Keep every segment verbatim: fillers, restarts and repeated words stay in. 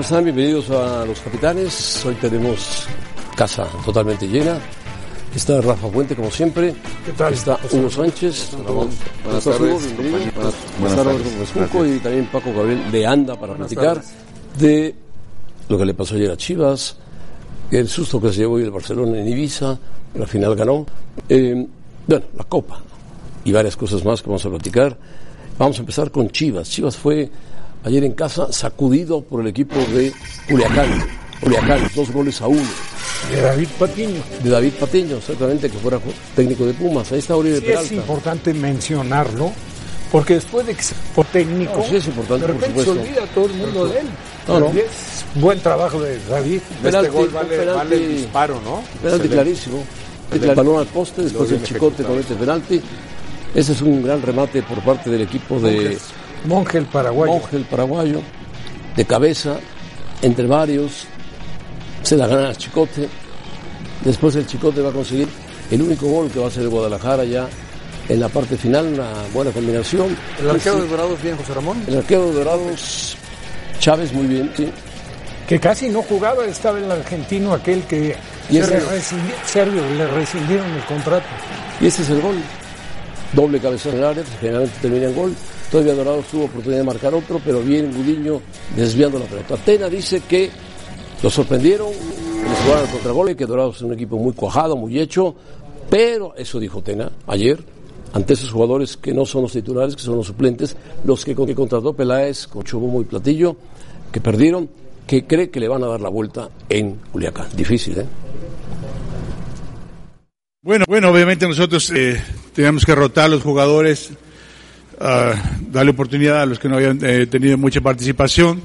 ¿Cómo están? Bienvenidos a Los Capitanes. Hoy tenemos casa totalmente llena. Está Rafa Puente, como siempre. ¿Qué tal? Está Hugo Sánchez. Buenas tardes. Buenas tardes. Y también Paco Gabriel de Anda para platicar de lo que le pasó ayer a Chivas, el susto que se llevó hoy el Barcelona en Ibiza, que al final ganó. Eh, bueno, la Copa y varias cosas más que vamos a platicar. Vamos a empezar con Chivas. Chivas fue ayer en casa sacudido por el equipo de Culiacán. Culiacán, dos goles a uno. De David Patiño. De David Patiño, exactamente, que fuera técnico de Pumas. Ahí está Oribe Sí, Peralta. es importante mencionarlo, porque después de que se fue técnico, no, sí es importante, de repente por se supuesto. olvida todo el mundo de él. No, no. Y es buen trabajo de David. Penalti, este gol vale, penalti, vale el disparo, ¿no? Penalti clarísimo. El balón al poste, después el Chicote con este penalti. Ese es un gran remate por parte del equipo de Monje el paraguayo. Monje el paraguayo, de cabeza, entre varios, se la gana al Chicote. Después el Chicote va a conseguir el único gol que va a hacer el Guadalajara ya en la parte final, una buena combinación. ¿El arquero de Dorados bien, José Ramón? El arquero de Dorados, Chávez, muy bien, sí. Que casi no jugaba, estaba el argentino aquel que ¿Y se ese? le rescindi- Serbio, le rescindieron el contrato. Y ese es el gol. Doble cabezazo en el área, que generalmente termina en gol. Todavía Dorados tuvo oportunidad de marcar otro, pero bien Gudiño desviando la pelota. Tena dice que lo sorprendieron, que les jugaron el contragolpe, que Dorados es un equipo muy cuajado, muy hecho, pero eso dijo Tena ayer, ante esos jugadores que no son los titulares, que son los suplentes, los que, que contrató Peláez con Chobomo y Platillo, que perdieron, que cree que le van a dar la vuelta en Culiacán. Difícil, ¿eh? Bueno, bueno, obviamente nosotros eh, tenemos que rotar a los jugadores, uh, darle oportunidad a los que no habían eh, tenido mucha participación.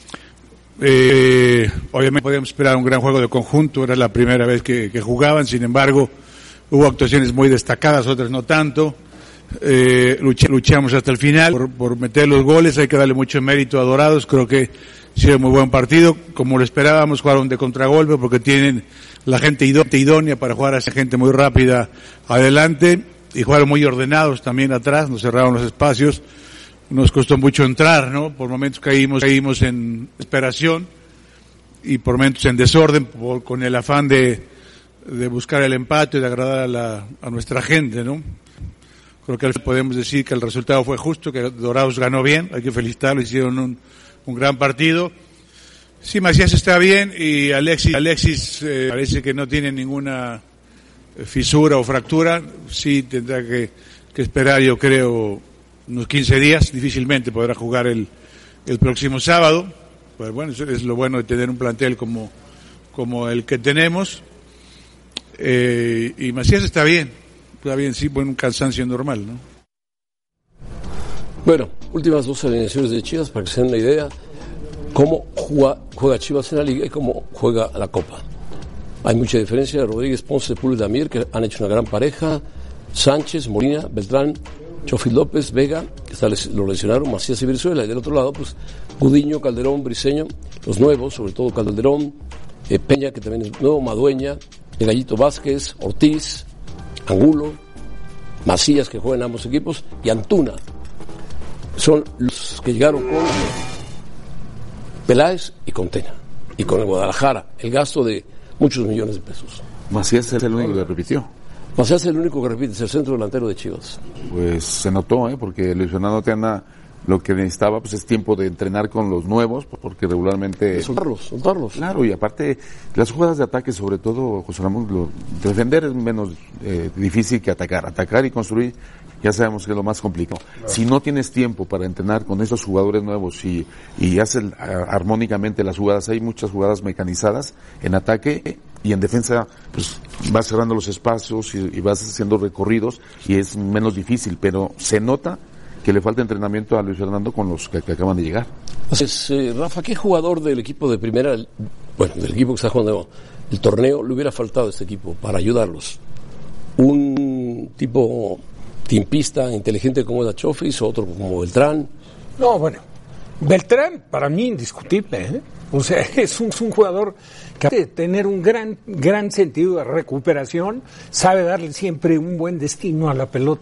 Eh, obviamente podíamos esperar un gran juego de conjunto, era la primera vez que, que jugaban, sin embargo hubo actuaciones muy destacadas, otras no tanto. Eh, luch, luchamos hasta el final por, por meter los goles, hay que darle mucho mérito a Dorados, creo que ha sido muy buen partido, como lo esperábamos, jugaron de contragolpe porque tienen la gente idónea para jugar a esa gente muy rápida adelante y jugaron muy ordenados también atrás, nos cerraron los espacios, nos costó mucho entrar, ¿no? Por momentos caímos, caímos en desesperación y por momentos en desorden por, con el afán de, de buscar el empate y de agradar a, la, a nuestra gente, ¿no? Creo que podemos decir que el resultado fue justo, que Dorados ganó bien, hay que felicitarlo, hicieron un, un gran partido. Sí, Macías está bien y Alexis, Alexis eh, parece que no tiene ninguna fisura o fractura. Sí, tendrá que, que esperar, yo creo, unos quince días. Difícilmente podrá jugar el, el próximo sábado. Pues bueno, eso es lo bueno de tener un plantel como, como el que tenemos. Eh, y Macías está bien, está bien, sí, bueno, un cansancio normal, ¿no? Bueno, últimas dos alineaciones de Chivas para que se den una idea cómo juega, juega Chivas en la Liga y cómo juega la Copa. Hay mucha diferencia. Rodríguez, Ponce, Pulo y Damir, que han hecho una gran pareja. Sánchez, Molina, Beltrán, Chofi López, Vega, que está, lo lesionaron, Macías y Brizuela. Y del otro lado, pues, Gudiño, Calderón, Briseño, los nuevos, sobre todo Calderón, eh, Peña, que también es nuevo, Madueña, el Gallito Vázquez, Ortiz, Angulo, Macías, que juegan ambos equipos, y Antuna. Son los que llegaron con Peláez y con Tena, y con el Guadalajara, el gasto de muchos millones de pesos. Macías es el único que repitió. Macías es el único que repite, es el centro delantero de Chivas. Pues se notó, ¿eh? Porque Luis Tena lo que necesitaba pues es tiempo de entrenar con los nuevos, porque regularmente... Soltarlos, soltarlos. Claro, y aparte, las jugadas de ataque, sobre todo, José Ramón, lo, defender es menos eh, difícil que atacar. Atacar y construir, ya sabemos que es lo más complicado. Claro. Si no tienes tiempo para entrenar con esos jugadores nuevos y, y haces armónicamente las jugadas, hay muchas jugadas mecanizadas en ataque y en defensa, pues vas cerrando los espacios y, y vas haciendo recorridos y es menos difícil, pero se nota que le falta entrenamiento a Luis Fernando con los que, que acaban de llegar. Entonces, eh, Rafa, ¿qué jugador del equipo de primera, bueno, del equipo que está jugando el torneo, le hubiera faltado a este equipo para ayudarlos? ¿Un tipo tiempista, inteligente como era Chofis, o otro como Beltrán? No, bueno, Beltrán para mí indiscutible, ¿eh? O sea, es un, es un jugador que aparte de tener un gran, gran sentido de recuperación, sabe darle siempre un buen destino a la pelota.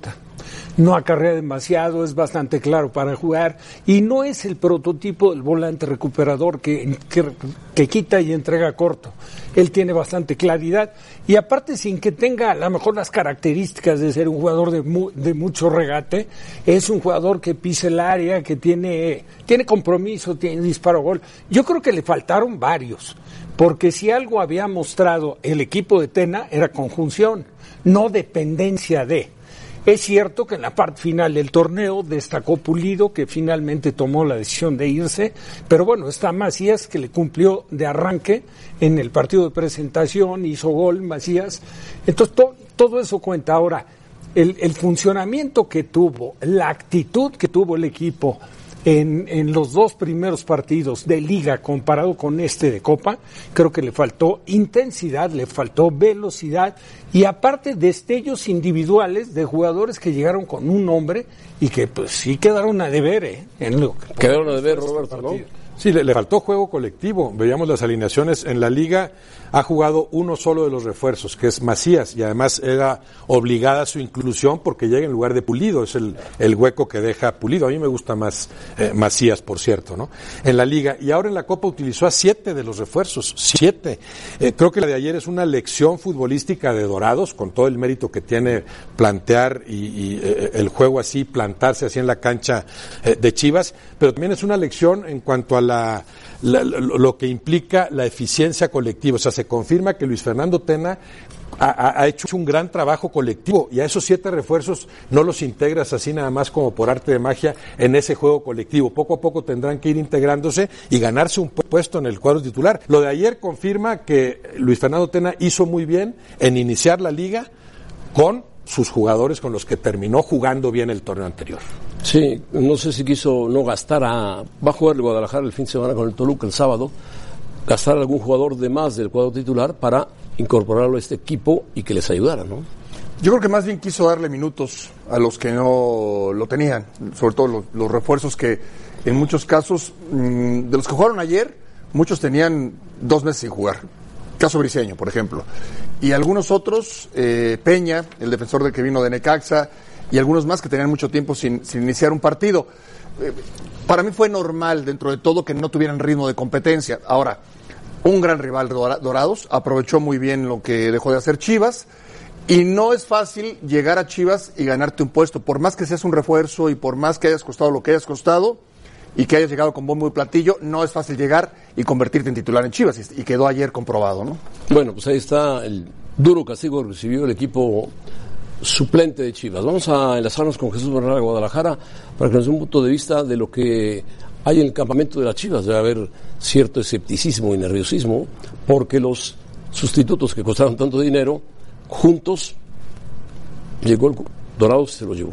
no acarrea demasiado, es bastante claro para jugar y no es el prototipo del volante recuperador que, que, que quita y entrega corto. Él tiene bastante claridad y aparte sin que tenga a lo mejor las características de ser un jugador de, mu, de mucho regate, es un jugador que pisa el área, que tiene, tiene compromiso, tiene disparo gol. Yo creo que le faltaron varios, porque si algo había mostrado el equipo de Tena era conjunción, no dependencia de. Es cierto que en la parte final del torneo destacó Pulido, que finalmente tomó la decisión de irse, pero bueno, está Macías, que le cumplió de arranque en el partido de presentación, hizo gol Macías, entonces to, todo eso cuenta. Ahora, el, el funcionamiento que tuvo, la actitud que tuvo el equipo en, en los dos primeros partidos de Liga comparado con este de Copa, creo que le faltó intensidad, le faltó velocidad y aparte destellos individuales de jugadores que llegaron con un nombre y que pues sí quedaron a deber, ¿eh? En lo que quedaron a deber, Roberto, ¿no? Sí, le, le faltó juego colectivo. Veíamos las alineaciones en la Liga. Ha jugado uno solo de los refuerzos, que es Macías, y además era obligada su inclusión porque llega en lugar de Pulido. Es el, el hueco que deja Pulido. A mí me gusta más eh, Macías, por cierto, ¿no? En la Liga. Y ahora en la Copa utilizó a siete de los refuerzos. Siete. Eh, creo que la de ayer es una lección futbolística de Dorados, con todo el mérito que tiene plantear y, y eh, el juego así, plantarse así en la cancha eh, de Chivas. Pero también es una lección en cuanto a La, la, lo que implica la eficiencia colectiva. O sea, se confirma que Luis Fernando Tena ha, ha hecho un gran trabajo colectivo y a esos siete refuerzos no los integras así nada más como por arte de magia en ese juego colectivo. Poco a poco tendrán que ir integrándose y ganarse un puesto en el cuadro titular. Lo de ayer confirma que Luis Fernando Tena hizo muy bien en iniciar la liga con sus jugadores con los que terminó jugando bien el torneo anterior. Sí, no sé si quiso no gastar a... Va a jugar el Guadalajara el fin de semana con el Toluca el sábado, gastar a algún jugador de más del cuadro titular para incorporarlo a este equipo y que les ayudara, ¿no? Yo creo que más bien quiso darle minutos a los que no lo tenían, sobre todo los, los refuerzos que en muchos casos, mmm, de los que jugaron ayer, muchos tenían dos meses sin jugar. Caso Briseño, por ejemplo. Y algunos otros, eh, Peña, el defensor del que vino de Necaxa, y algunos más que tenían mucho tiempo sin, sin iniciar un partido. Eh, para mí fue normal, dentro de todo, que no tuvieran ritmo de competencia. Ahora, un gran rival, Dorados, aprovechó muy bien lo que dejó de hacer Chivas, y no es fácil llegar a Chivas y ganarte un puesto, por más que seas un refuerzo y por más que hayas costado lo que hayas costado, y que hayas llegado con bombo y platillo, no es fácil llegar y convertirte en titular en Chivas, y quedó ayer comprobado, ¿no? Bueno, pues ahí está el duro castigo que recibió el equipo suplente de Chivas. Vamos a enlazarnos con Jesús Bernal de Guadalajara para que nos dé un punto de vista de lo que hay en el campamento de las Chivas. Debe haber cierto escepticismo y nerviosismo porque los sustitutos que costaron tanto dinero, juntos, llegó el Dorados y se los llevó.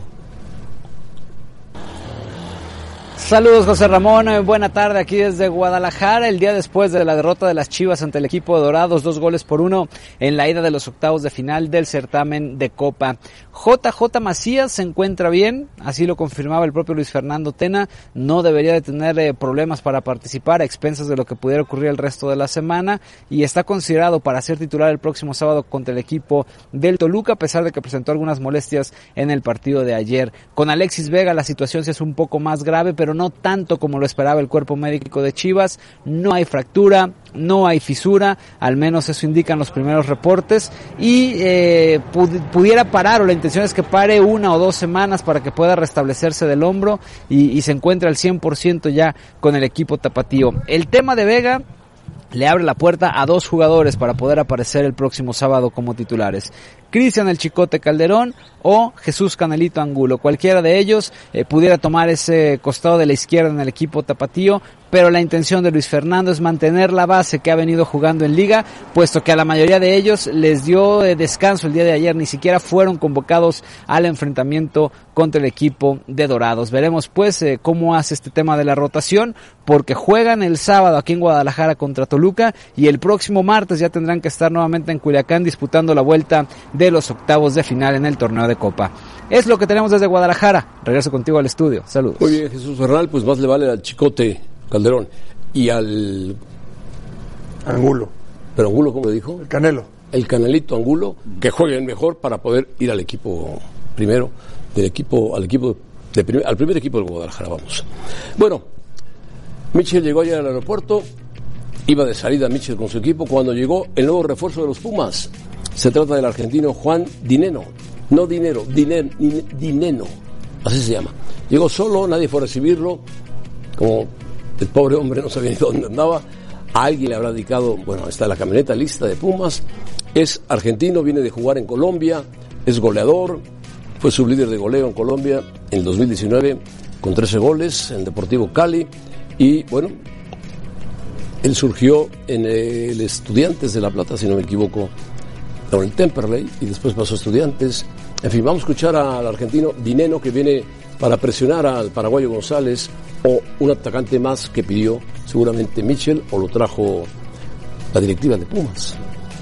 Saludos, José Ramón, buena tarde aquí desde Guadalajara, el día después de la derrota de las Chivas ante el equipo de Dorados, dos goles por uno en la ida de los octavos de final del certamen de Copa. J J Macías se encuentra bien, así lo confirmaba el propio Luis Fernando Tena, no debería de tener eh, problemas para participar a expensas de lo que pudiera ocurrir el resto de la semana y está considerado para ser titular el próximo sábado contra el equipo del Toluca, a pesar de que presentó algunas molestias en el partido de ayer. Con Alexis Vega la situación sí es un poco más grave, pero no tanto como lo esperaba el cuerpo médico de Chivas. No hay fractura, no hay fisura, al menos eso indican los primeros reportes, y eh, pud- pudiera parar, o la intención es que pare una o dos semanas para que pueda restablecerse del hombro y, y se encuentre al cien por ciento ya con el equipo tapatío. El tema de Vega le abre la puerta a dos jugadores para poder aparecer el próximo sábado como titulares: Cristian el Chicote Calderón o Jesús Canelito Angulo. Cualquiera de ellos eh, pudiera tomar ese costado de la izquierda en el equipo tapatío, pero la intención de Luis Fernando es mantener la base que ha venido jugando en Liga, puesto que a la mayoría de ellos les dio eh, descanso el día de ayer, ni siquiera fueron convocados al enfrentamiento contra el equipo de Dorados. Veremos pues eh, cómo hace este tema de la rotación, porque juegan el sábado aquí en Guadalajara contra Toluca y el próximo martes ya tendrán que estar nuevamente en Culiacán disputando la vuelta de los octavos de final en el torneo de Copa. Es lo que tenemos desde Guadalajara. Regreso contigo al estudio. Saludos. Muy bien, Jesús Bernal, pues más le vale al Chicote Calderón y al Angulo. ¿Pero Angulo cómo le dijo? El Canelo. El Canelito Angulo, que jueguen mejor para poder ir al equipo primero del equipo, al equipo de primer, al primer equipo del Guadalajara, vamos. Bueno, Mitchell llegó ayer al aeropuerto, iba de salida Mitchell con su equipo cuando llegó el nuevo refuerzo de los Pumas. Se trata del argentino Juan Dineno, no Dinero, Diner, Dineno, así se llama. Llegó solo, nadie fue a recibirlo, como el pobre hombre no sabía ni dónde andaba. A alguien le habrá dedicado, bueno, está la camioneta lista de Pumas. Es argentino, viene de jugar en Colombia, es goleador, fue sublíder de goleo en Colombia en el dos mil diecinueve con trece goles en Deportivo Cali. Y bueno, él surgió en el Estudiantes de La Plata, si no me equivoco, con el Temperley, y después pasó a Estudiantes. En fin, vamos a escuchar al argentino Dineno, que viene para presionar al paraguayo González, o un atacante más que pidió seguramente Mitchell, o lo trajo la directiva de Pumas.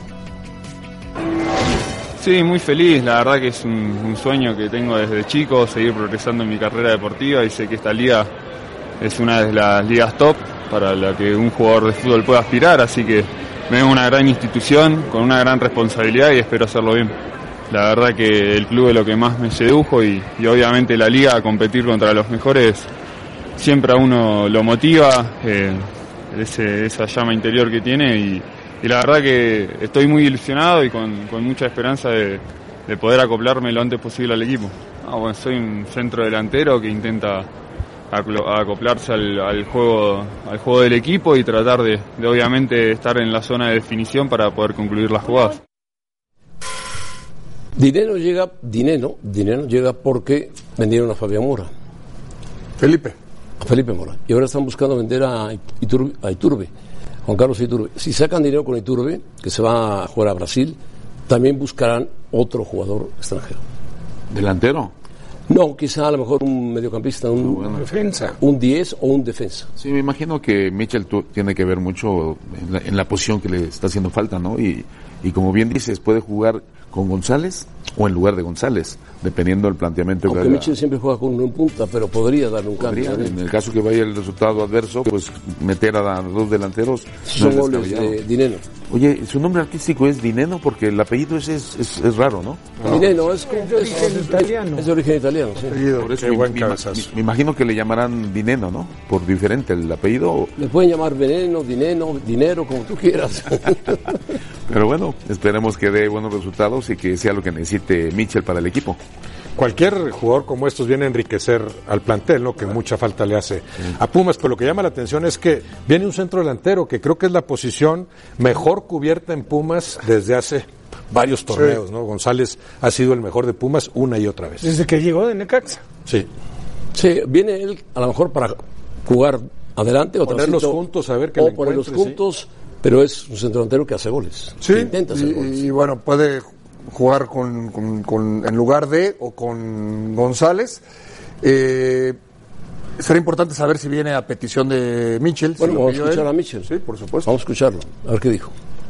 Sí, muy feliz, la verdad que es un, un sueño que tengo desde chico, seguir progresando en mi carrera deportiva, y sé que esta liga es una de las ligas top para la que un jugador de fútbol puede aspirar, así que me veo una gran institución con una gran responsabilidad y espero hacerlo bien. La verdad que el club es lo que más me sedujo, y, y obviamente la liga, a competir contra los mejores, siempre a uno lo motiva, eh, ese, esa llama interior que tiene, y, y la verdad que estoy muy ilusionado y con, con mucha esperanza de, de poder acoplarme lo antes posible al equipo. Ah, bueno, soy un centro delantero que intenta acoplarse al, al juego al juego del equipo y tratar de, de obviamente estar en la zona de definición para poder concluir las jugadas. Dinero llega, Dinero, Dinero llega porque vendieron a Fabián Mora. Felipe. A Felipe Mora. Y ahora están buscando vender a Iturbe, a Iturbe, Juan Carlos Iturbe. Si sacan dinero con Iturbe, que se va a jugar a Brasil, también buscarán otro jugador extranjero. ¿Delantero? No, quizá a lo mejor un mediocampista, un, oh, bueno. defensa, un diez o un defensa. Sí, me imagino que Mitchell tu, tiene que ver mucho en la, en la posición que le está haciendo falta, ¿no? Y, y como bien dices, puede jugar con González o en lugar de González, dependiendo del planteamiento. Aunque que haga. Mitchell siempre juega con un punta, pero podría darle un podría, cambio. En el caso que vaya el resultado adverso, pues meter a dos delanteros. Son no goles de Dineno. Oye, su nombre artístico es Dineno porque el apellido ese es, es, es raro, ¿no? No. Dineno es, es de origen es, italiano. Es de origen italiano, sí. Por eso me, me, me, me imagino que le llamarán Dineno, ¿no? Por diferente el apellido. Le pueden llamar Veneno, Dineno, Dinero, como tú quieras. Pero bueno, esperemos que dé buenos resultados y que sea lo que necesite Mitchell para el equipo. Cualquier jugador como estos viene a enriquecer al plantel, ¿no? Que mucha falta le hace a Pumas, pero lo que llama la atención es que viene un centro delantero, que creo que es la posición mejor cubierta en Pumas desde hace varios torneos, sí. ¿no? González ha sido el mejor de Pumas una y otra vez. Desde que llegó de Necaxa. Sí. Sí, viene él a lo mejor para jugar adelante o ponerlos juntos, a ver que o ponerlos juntos, ¿sí? Pero es un centro delantero que hace goles. Sí, que intenta hacer y, goles. Y bueno, puede jugar con, con, con en lugar de o con González. Eh, será importante saber si viene a petición de Mitchell. Bueno, si vamos a escuchar él. a Mitchell. Sí, por supuesto. Vamos a escucharlo, a ver qué dijo.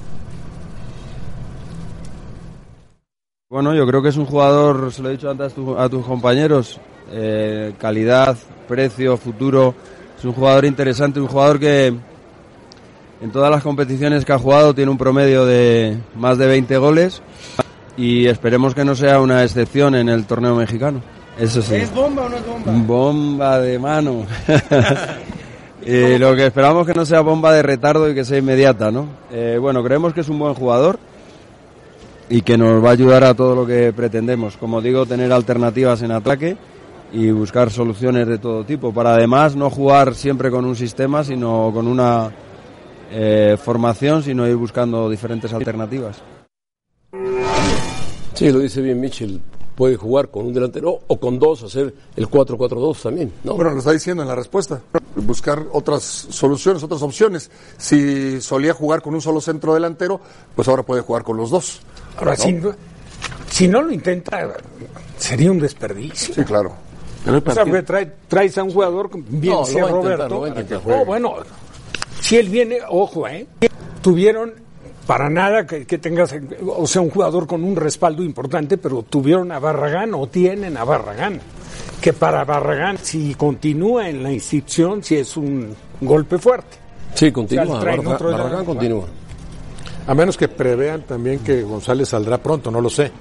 Bueno, yo creo que es un jugador, se lo he dicho antes a, tu, a tus compañeros, eh, calidad, precio, futuro. Es un jugador interesante, un jugador que en todas las competiciones que ha jugado tiene un promedio de más de veinte goles. Y esperemos que no sea una excepción en el torneo mexicano. Eso sí. ¿Es bomba o no es bomba? Bomba de mano. Y lo que esperamos que no sea bomba de retardo y que sea inmediata, ¿no? Eh, bueno, creemos que es un buen jugador y que nos va a ayudar a todo lo que pretendemos. Como digo, tener alternativas en ataque y buscar soluciones de todo tipo. Para además no jugar siempre con un sistema, sino con una eh, formación, sino ir buscando diferentes alternativas. Sí, lo dice bien Mitchell, puede jugar con un delantero o con dos, hacer el cuatro cuatro dos también, ¿no? Bueno, lo está diciendo en la respuesta, buscar otras soluciones, otras opciones. Si solía jugar con un solo centro delantero, pues ahora puede jugar con los dos. Ahora, ¿no? si, si no lo intenta, sería un desperdicio. Sí, claro. Pero o sea, trae, traes a un jugador, bien no, sea Roberto, oh, bueno, si él viene, ojo, ¿eh? Tuvieron... Para nada que, que tengas, o sea, un jugador con un respaldo importante, pero tuvieron a Barragán o tienen a Barragán. Que para Barragán, si continúa en la institución, si es un golpe fuerte. Sí, continúa. O sea, Barragán, Barragán continúa. A menos que prevean también que González saldrá pronto, no lo sé.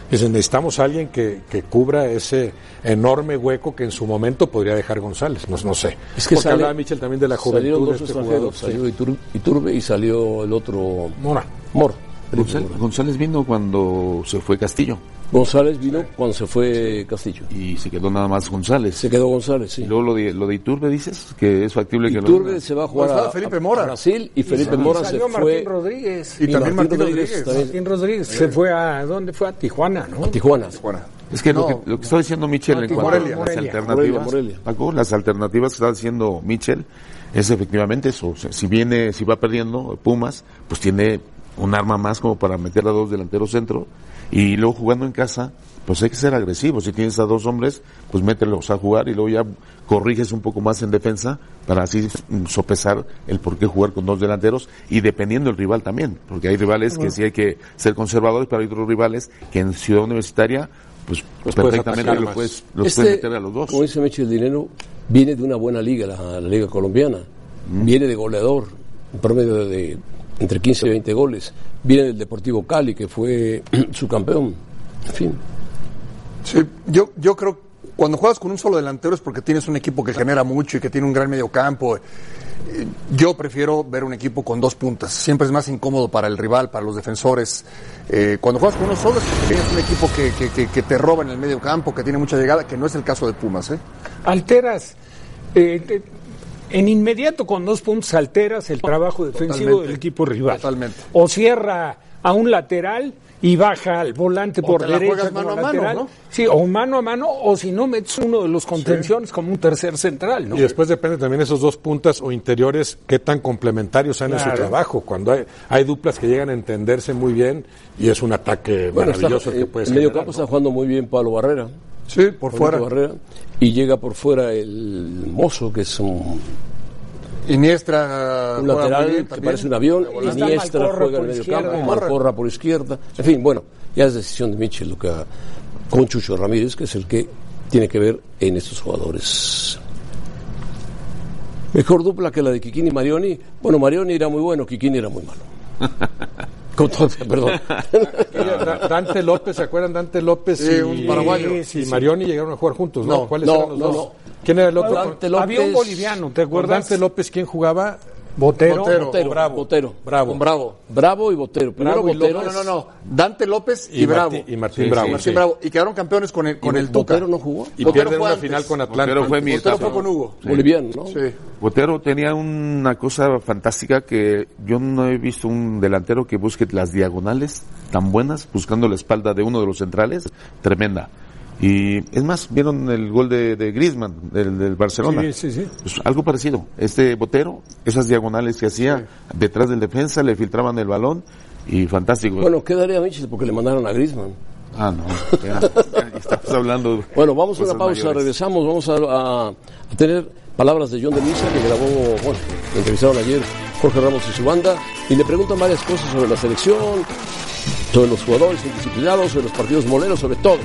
Dicen, necesitamos a alguien que, que cubra ese enorme hueco que en su momento podría dejar González, no, no sé. Es que porque sale, hablaba Michel también de la juventud de este jugador. Salió Itur, Iturbe y salió el otro... Mora. Mora. González, González vino cuando se fue Castillo. González vino cuando se fue Castillo. Y se quedó nada más González. Se quedó González, sí. Y luego lo de, lo de Iturbe, dices, que es factible que Iturbe lo... se va a jugar pues a, Felipe Mora. a Brasil y Felipe y Mora se salió fue... Martín Rodríguez. Y, y también Martín, Martín Rodríguez. Rodríguez también. Martín Rodríguez se fue a... ¿Dónde fue? A Tijuana, ¿no? A Tijuana. Tijuana. Es que, no, lo que lo que está diciendo Michel en cuanto Morelia, a las Morelia, alternativas, Morelia, Morelia. Paco, las alternativas que está diciendo Michel es efectivamente eso. O sea, si viene, si va perdiendo Pumas, pues tiene un arma más como para meter a dos delanteros centro, y luego jugando en casa, pues hay que ser agresivo. Si tienes a dos hombres, pues mételos a jugar y luego ya corriges un poco más en defensa para así sopesar el por qué jugar con dos delanteros, y dependiendo del rival también, porque hay rivales que sí hay que ser conservadores, pero hay otros rivales que en Ciudad Universitaria pues, pues perfectamente lo puedes, los este, puedes meter a los dos. Como dice Michel Dinero, viene de una buena liga, la, la liga colombiana, mm. viene de goleador, un promedio de, de entre quince y veinte goles, viene del Deportivo Cali, que fue su campeón, en fin. Sí, yo, yo creo que cuando juegas con un solo delantero es porque tienes un equipo que genera mucho y que tiene un gran mediocampo. Yo prefiero ver un equipo con dos puntas. Siempre es más incómodo para el rival, para los defensores. Eh, cuando juegas con uno solo es porque tienes un equipo que, que, que, que te roba en el mediocampo, que tiene mucha llegada, que no es el caso de Pumas, ¿eh? Alteras. Eh, te, en inmediato con dos puntos alteras el trabajo defensivo Totalmente. del equipo rival. Totalmente. O cierra a un lateral y baja al volante o por te la derecha juegas mano como a mano, lateral. ¿no? Sí, o mano a mano, o si no metes uno de los contenciones sí. como un tercer central, ¿no? Y después depende también esos dos puntas o interiores qué tan complementarios sean claro. en su trabajo. Cuando hay, hay duplas que llegan a entenderse muy bien y es un ataque bueno, maravilloso está, el que puede ser. En medio campo ¿no? está jugando muy bien Pablo Barrera. Sí, por Pablo fuera. Barrera, y llega por fuera el Mozo, que es un Iniestra un lateral bien, que parece un avión. Iniestra juega en el medio campo, Malcorra por izquierda. En fin, bueno, ya es decisión de Michel lo que haga con Chucho Ramírez, que es el que tiene que ver en estos jugadores. Mejor dupla que la de Kikín y Marioni. Bueno, Marioni era muy bueno, Kikín era muy malo. Con todo, perdón. Dante López, ¿se acuerdan? Dante López sí, y, un paraguayo. y, sí, y Marioni sí. llegaron a jugar juntos, ¿no? no ¿Cuáles no, eran los no, dos? No. ¿Quién era el otro? Dante López. Había un boliviano, ¿te acuerdas? Dante López, ¿quién jugaba? Botero, Botero, Botero, Bravo. Botero, Bravo. Con Bravo. Bravo y Botero. Primero Bravo y Botero. No, no, no. Dante López y, y Bravo. Martín, y Martín sí, Bravo. Sí, Martín sí. Bravo. Y quedaron campeones con el, con ¿Y el Tuca. Botero no jugó? Y Botero pierden fue una antes. final con Atlanta. Botero fue mi Botero etapa. fue con Hugo. Sí. Boliviano, ¿no? Sí. Botero tenía una cosa fantástica que yo no he visto un delantero que busque las diagonales tan buenas, buscando la espalda de uno de los centrales, tremenda. Y es más, vieron el gol de, de Griezmann, del, del Barcelona. Sí, sí, sí. Pues algo parecido. Este Botero, esas diagonales que hacía sí. detrás del defensa, le filtraban el balón y fantástico. Bueno, quedaría Michel porque le mandaron a Griezmann. Ah, no, ya, ya estamos hablando. Bueno, vamos a una pausa, mayores. regresamos, vamos a, a, a tener palabras de John de Misa, que grabó, bueno, lo entrevistaron ayer Jorge Ramos y su banda, y le preguntan varias cosas sobre la selección, sobre los jugadores indisciplinados, sobre los partidos moleros, sobre todo.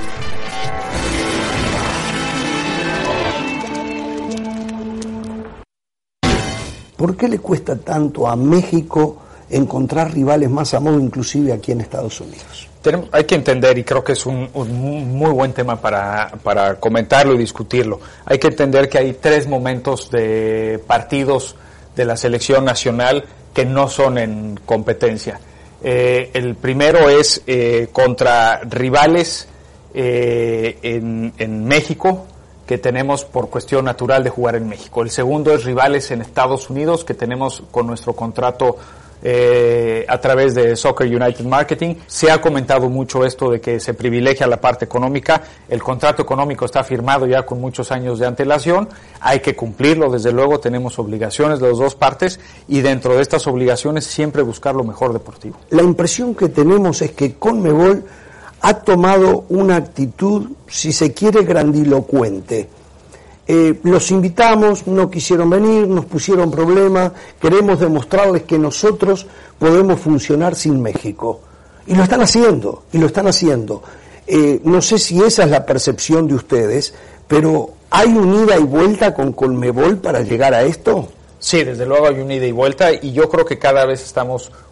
¿Por qué le cuesta tanto a México encontrar rivales más a modo, inclusive aquí en Estados Unidos? Tenemos, hay que entender, y creo que es un, un muy buen tema para, para comentarlo y discutirlo, hay que entender que hay tres momentos de partidos de la selección nacional que no son en competencia. Eh, el primero es eh, contra rivales eh, en, en México, que tenemos por cuestión natural de jugar en México. El segundo es rivales en Estados Unidos, que tenemos con nuestro contrato eh, a través de Soccer United Marketing. Se ha comentado mucho esto de que se privilegia la parte económica. El contrato económico está firmado ya con muchos años de antelación. Hay que cumplirlo, desde luego, tenemos obligaciones de las dos partes y dentro de estas obligaciones siempre buscar lo mejor deportivo. La impresión que tenemos es que CONMEBOL ha tomado una actitud, si se quiere, grandilocuente. Eh, los invitamos, no quisieron venir, nos pusieron problemas, queremos demostrarles que nosotros podemos funcionar sin México. Y lo están haciendo, y lo están haciendo. Eh, no sé si esa es la percepción de ustedes, pero ¿hay un ida y vuelta con CONMEBOL para llegar a esto? Sí, desde luego hay un ida y vuelta y yo creo que cada vez estamos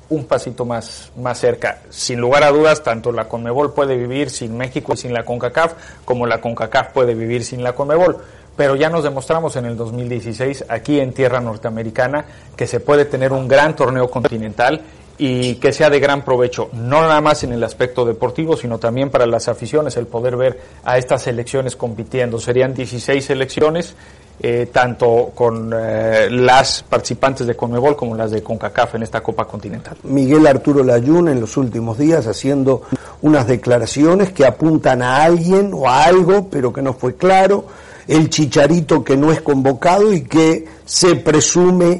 un pasito más, más cerca. Sin lugar a dudas, tanto la CONMEBOL puede vivir sin México y sin la CONCACAF, como la CONCACAF puede vivir sin la CONMEBOL. Pero ya nos demostramos en el dos mil dieciséis, aquí en tierra norteamericana, que se puede tener un gran torneo continental y que sea de gran provecho, no nada más en el aspecto deportivo, sino también para las aficiones, el poder ver a estas selecciones compitiendo. Serían dieciséis selecciones, eh, tanto con eh, las participantes de CONMEBOL como las de CONCACAF en esta Copa Continental. Miguel Arturo Layún en los últimos días haciendo unas declaraciones que apuntan a alguien o a algo, pero que no fue claro. El Chicharito que no es convocado y que se presume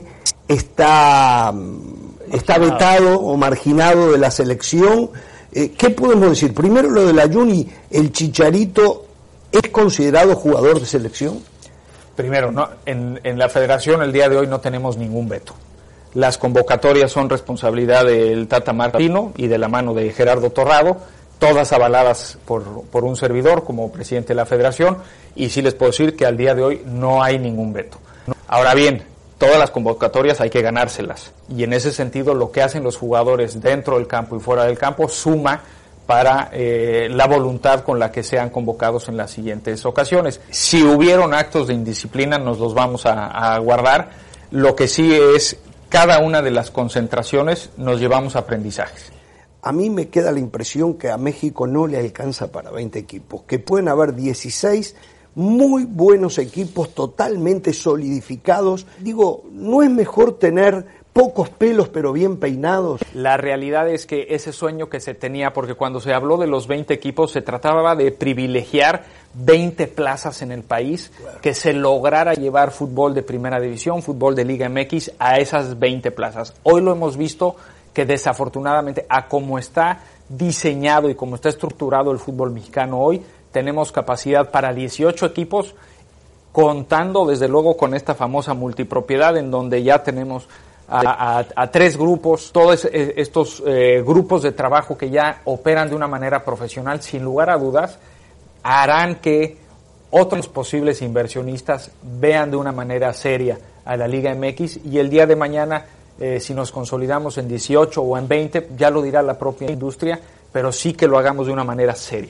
está... está vetado o marginado de la selección. Eh, ¿Qué podemos decir? Primero lo del Ayuni, ¿el Chicharito es considerado jugador de selección? Primero, no, en, en la federación el día de hoy no tenemos ningún veto. Las convocatorias son responsabilidad del Tata Martino y de la mano de Gerardo Torrado, todas avaladas por, por un servidor como presidente de la federación, y sí les puedo decir que al día de hoy no hay ningún veto. Ahora bien, todas las convocatorias hay que ganárselas, y en ese sentido lo que hacen los jugadores dentro del campo y fuera del campo suma para eh, la voluntad con la que sean convocados en las siguientes ocasiones. Si hubieron actos de indisciplina nos los vamos a, a guardar, lo que sí es cada una de las concentraciones nos llevamos aprendizajes. A mí me queda la impresión que a México no le alcanza para veinte equipos, que pueden haber dieciséis muy buenos equipos totalmente solidificados. Digo, ¿no es mejor tener pocos pelos pero bien peinados? La realidad es que ese sueño que se tenía, porque cuando se habló de los veinte equipos se trataba de privilegiar veinte plazas en el país, claro, que se lograra llevar fútbol de primera división, fútbol de Liga M X a esas veinte plazas. Hoy lo hemos visto que desafortunadamente a cómo está diseñado y cómo está estructurado el fútbol mexicano hoy, tenemos capacidad para dieciocho equipos, contando desde luego con esta famosa multipropiedad en donde ya tenemos a, a, a tres grupos, todos estos eh, grupos de trabajo que ya operan de una manera profesional, sin lugar a dudas, harán que otros posibles inversionistas vean de una manera seria a la Liga M X, y el día de mañana, eh, si nos consolidamos en dieciocho o en veinte, ya lo dirá la propia industria, pero sí que lo hagamos de una manera seria.